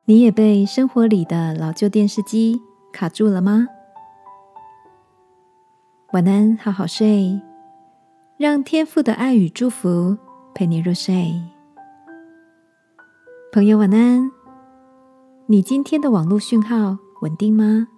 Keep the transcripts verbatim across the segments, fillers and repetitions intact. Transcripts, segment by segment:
你也被生活里的老旧电视机卡住了吗？晚安，好好睡，让天父的爱与祝福陪你入睡。朋友晚安，你今天的网络讯号稳定吗？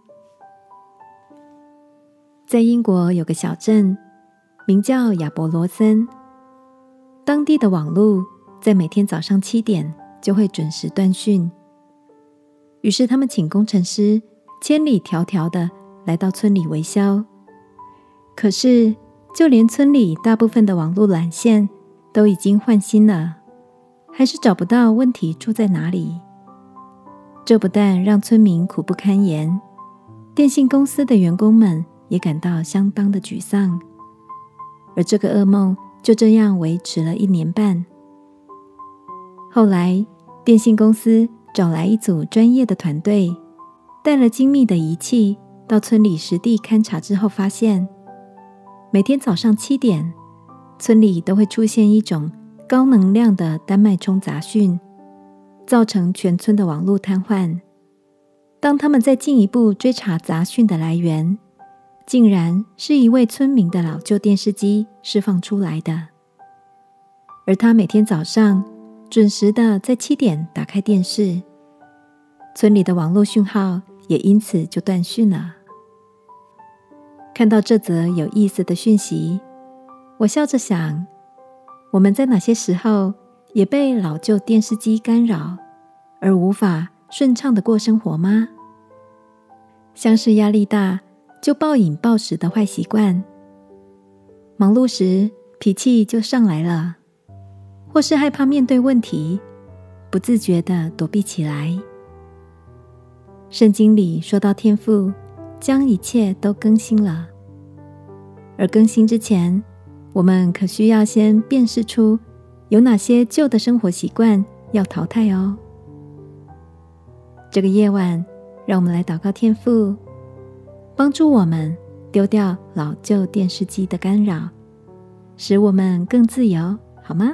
在英国有个小镇，名叫亚伯罗森，当地的网络在每天早上七点就会准时断讯。于是他们请工程师千里迢迢的来到村里维修，可是就连村里大部分的网络缆线都已经换新了，还是找不到问题出在哪里。这不但让村民苦不堪言，电信公司的员工们也感到相当的沮丧。而这个噩梦就这样维持了一年半。后来电信公司找来一组专业的团队，带了精密的仪器到村里实地勘察之后，发现每天早上七点，村里都会出现一种高能量的单脉冲杂讯，造成全村的网络瘫痪。当他们再进一步追查杂讯的来源，竟然是一位村民的老旧电视机释放出来的。而他每天早上准时的在七点打开电视，村里的网络讯号也因此就断讯了。看到这则有意思的讯息，我笑着想，我们在哪些时候也被老旧电视机干扰，而无法顺畅的过生活吗？像是压力大就暴饮暴食的坏习惯，忙碌时脾气就上来了，或是害怕面对问题，不自觉地躲避起来。圣经里说到天父将一切都更新了，而更新之前，我们可需要先辨识出有哪些旧的生活习惯要淘汰哦。这个夜晚，让我们来祷告天父，帮助我们丢掉老旧电视机的干扰，使我们更自由，好吗？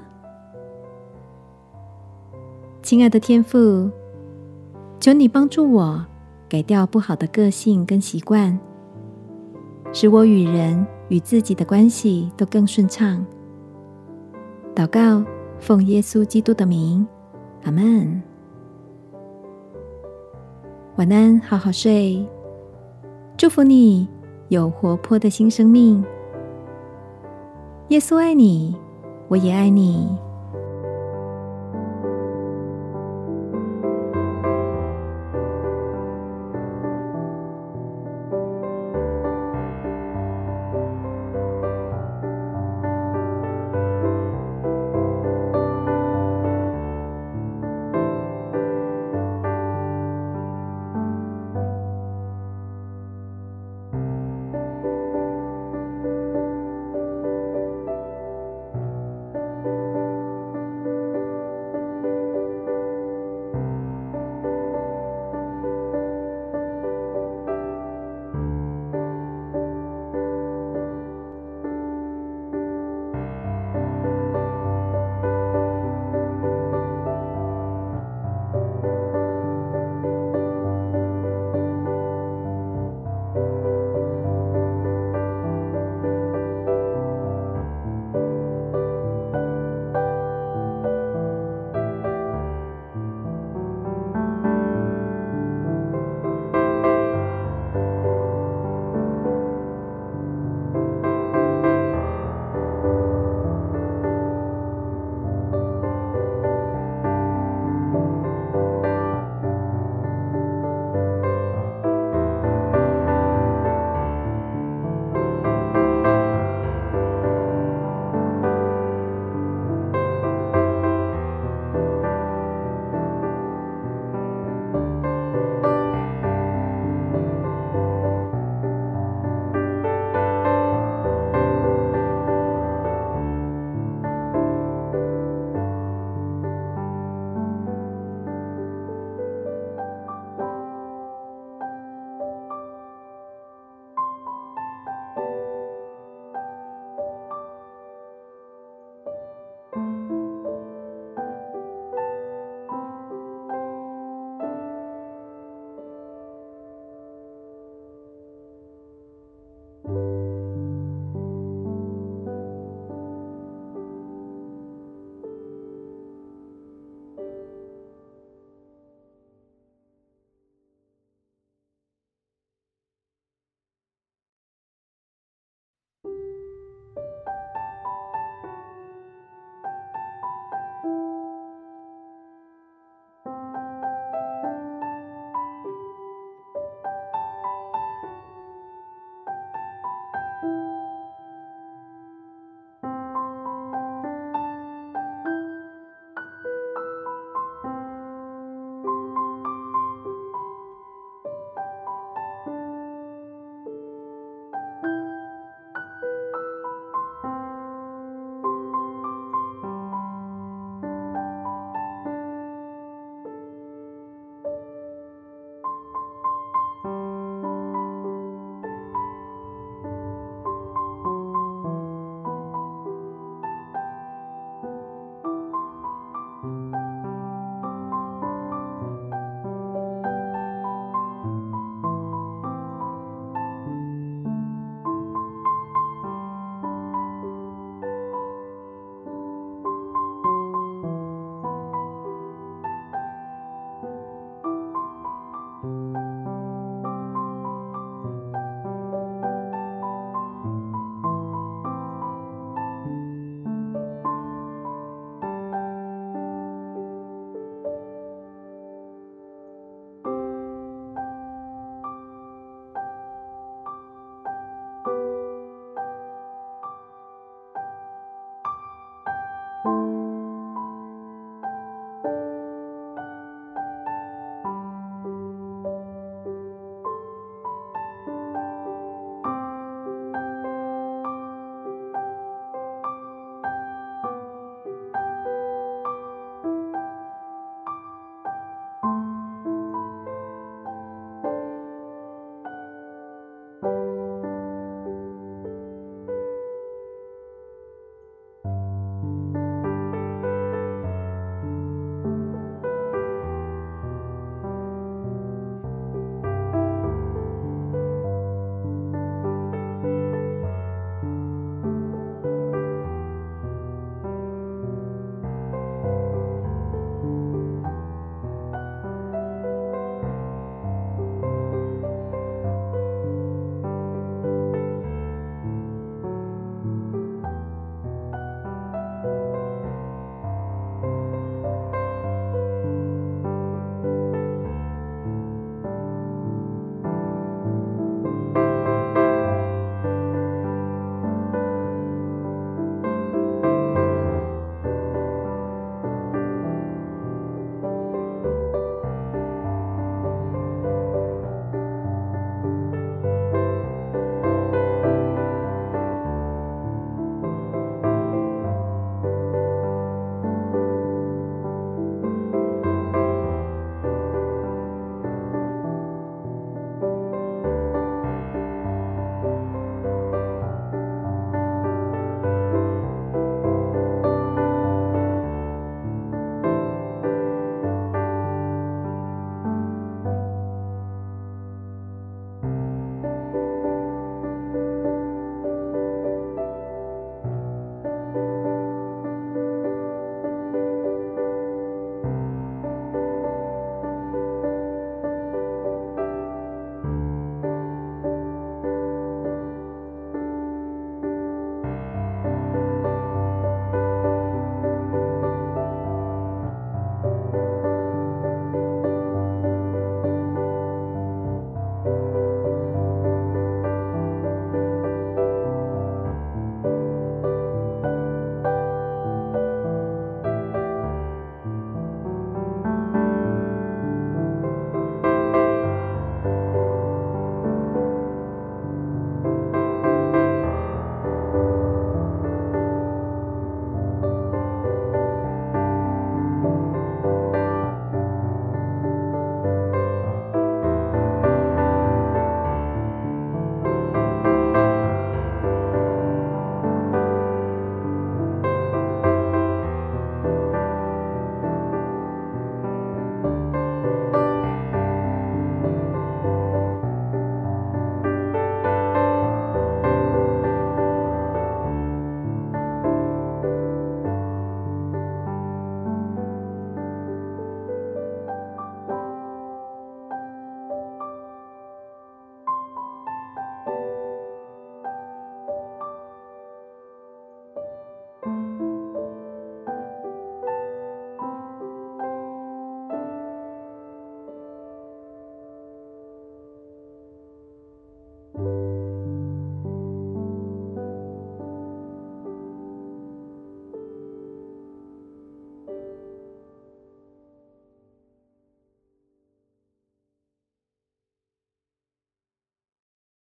亲爱的天父，求你帮助我改掉不好的个性跟习惯，使我与人与自己的关系都更顺畅。祷告，奉耶稣基督的名，阿们。晚安，好好睡。祝福你有活泼的新生命。耶稣爱你，我也爱你。